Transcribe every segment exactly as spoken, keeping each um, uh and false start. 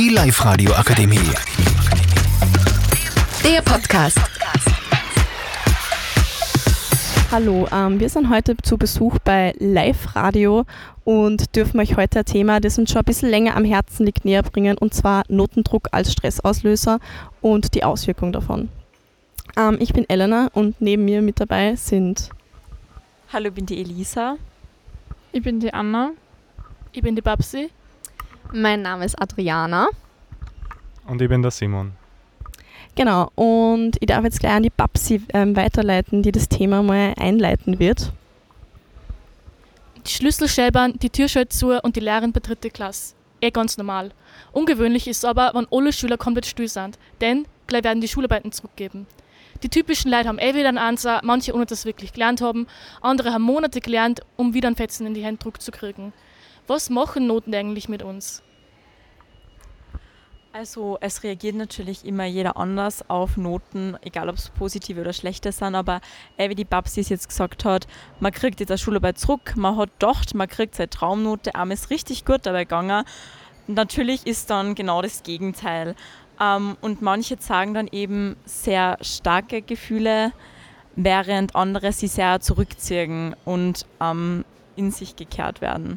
Die Live-Radio Akademie. Der Podcast. Hallo, ähm, wir sind heute zu Besuch bei Live-Radio und dürfen euch heute ein Thema, das uns schon ein bisschen länger am Herzen liegt, näher bringen, und zwar Notendruck als Stressauslöser und die Auswirkungen davon. Ähm, ich bin Elena und neben mir mit dabei sind... Hallo, ich bin die Elisa. Ich bin die Anna. Ich bin die Babsi. Mein Name ist Adriana. Und ich bin der Simon. Genau, und ich darf jetzt gleich an die Babsi ähm, weiterleiten, die das Thema mal einleiten wird. Die Schlüssel schäbern, die Tür schaut zu und die Lehrerin betritt die Klasse. Eh ganz normal. Ungewöhnlich ist aber, wenn alle Schüler komplett still sind, denn gleich werden die Schularbeiten zurückgeben. Die typischen Leute haben eh wieder einen Ansatz, manche ohne das wirklich gelernt haben, andere haben Monate gelernt, um wieder einen Fetzen in die Hände Druck zu kriegen. Was machen Noten eigentlich mit uns? Also es reagiert natürlich immer jeder anders auf Noten, egal ob es positive oder schlechte sind, aber äh, wie die Babsi es jetzt gesagt hat, man kriegt jetzt eine Schularbeit zurück, man hat gedacht, man kriegt seine Traumnote, einem ist richtig gut dabei gegangen. Natürlich ist dann genau das Gegenteil. Ähm, und manche zeigen dann eben sehr starke Gefühle, während andere sie sehr zurückziehen und ähm, in sich gekehrt werden.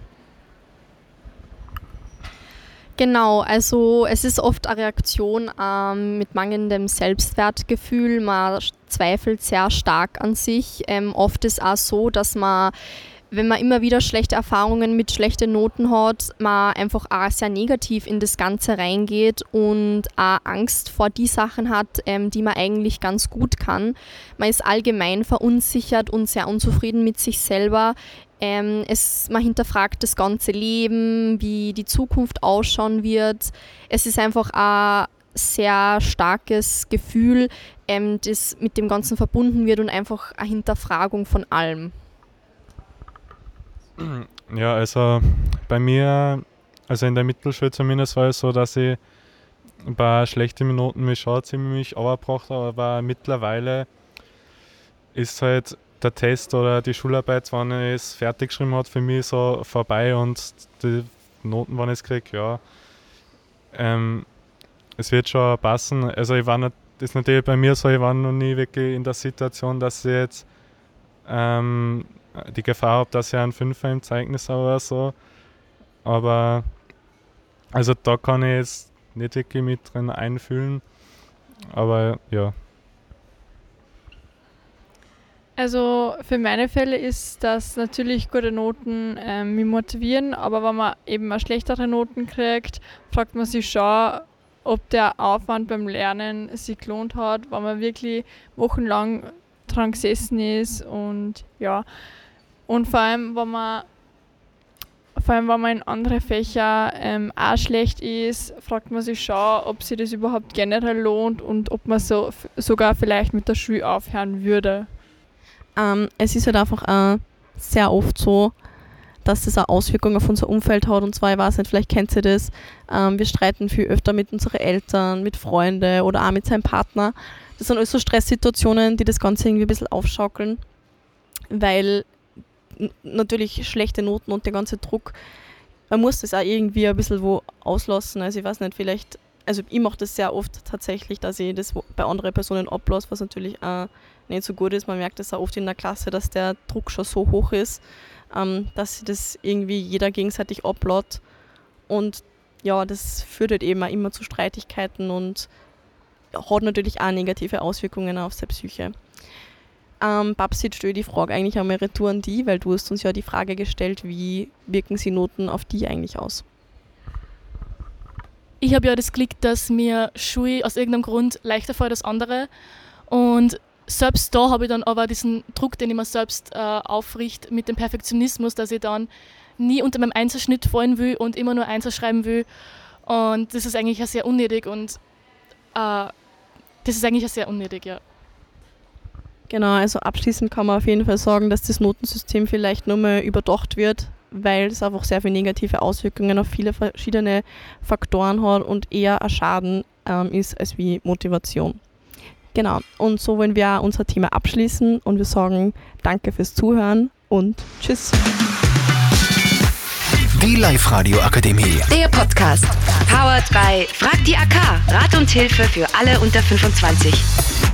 Genau, also es ist oft eine Reaktion ähm, mit mangelndem Selbstwertgefühl. Man zweifelt sehr stark an sich. Ähm, oft ist auch so, dass man, wenn man immer wieder schlechte Erfahrungen mit schlechten Noten hat, man einfach auch sehr negativ in das Ganze reingeht und auch Angst vor die Sachen hat, ähm, die man eigentlich ganz gut kann. Man ist allgemein verunsichert und sehr unzufrieden mit sich selber. Ähm, es, man hinterfragt das ganze Leben, wie die Zukunft ausschauen wird. Es ist einfach ein sehr starkes Gefühl, ähm, das mit dem Ganzen verbunden wird und einfach eine Hinterfragung von allem. Ja, also bei mir, also in der Mittelschule zumindest, war es so, dass ich bei schlechten Noten mich schon ziemlich runtergebracht habe, aber mittlerweile ist halt der Test oder die Schularbeit, wenn ich es fertig geschrieben habe, für mich so vorbei, und die Noten, wenn ich es kriege, ja, ähm, es wird schon passen. Also ich war nicht, das ist natürlich bei mir so, ich war noch nie wirklich in der Situation, dass ich jetzt ähm, die Gefahr habe, dass ich einen Fünfer im Zeugnis habe oder so. Aber also da kann ich jetzt nicht wirklich mit drin einfühlen. Aber ja. Also für meine Fälle ist das natürlich gute Noten ähm, mich motivieren, aber wenn man eben mal schlechtere Noten kriegt, fragt man sich schon, ob der Aufwand beim Lernen sich gelohnt hat, wenn man wirklich wochenlang dran gesessen ist, und ja. Und vor allem, wenn man, vor allem, wenn man in andere Fächer ähm, auch schlecht ist, fragt man sich schon, ob sich das überhaupt generell lohnt und ob man so f- sogar vielleicht mit der Schule aufhören würde. Ähm, es ist halt einfach äh, sehr oft so, dass das eine Auswirkung auf unser Umfeld hat. Und zwar, ich weiß nicht, vielleicht kennt ihr das, ähm, wir streiten viel öfter mit unseren Eltern, mit Freunden oder auch mit seinem Partner. Das sind alles so Stresssituationen, die das Ganze irgendwie ein bisschen aufschaukeln, weil n- natürlich schlechte Noten und der ganze Druck, man muss das auch irgendwie ein bisschen wo auslassen. Also ich weiß nicht, vielleicht, also ich mache das sehr oft tatsächlich, dass ich das wo- bei anderen Personen ablasse, was natürlich auch nicht so gut ist. Man merkt das auch oft in der Klasse, dass der Druck schon so hoch ist, ähm, dass sich das irgendwie jeder gegenseitig ablädt. Und ja, das führt halt eben auch immer zu Streitigkeiten und hat natürlich auch negative Auswirkungen auf seine Psyche. Ähm, Babsi, ich stelle die Frage eigentlich einmal retour an die, weil du hast uns ja die Frage gestellt, wie wirken sie Noten auf die eigentlich aus? Ich habe ja das Glück, dass mir Schule aus irgendeinem Grund leichter fällt als andere. Und selbst da habe ich dann aber diesen Druck, den ich mir selbst äh, aufrichte, mit dem Perfektionismus, dass ich dann nie unter meinem Einserschnitt fallen will und immer nur Einser schreiben will. Und das ist eigentlich auch sehr unnötig und äh, das ist eigentlich auch sehr unnötig, ja. Genau, also abschließend kann man auf jeden Fall sagen, dass das Notensystem vielleicht nochmal überdacht wird, weil es einfach sehr viele negative Auswirkungen auf viele verschiedene Faktoren hat und eher ein Schaden ähm, ist als wie Motivation. Genau, und so wollen wir auch unser Thema abschließen und wir sagen danke fürs Zuhören und tschüss. Die Live-Radio Akademie. Der Podcast. Powered by Frag die A K. Rat und Hilfe für alle unter fünfundzwanzig.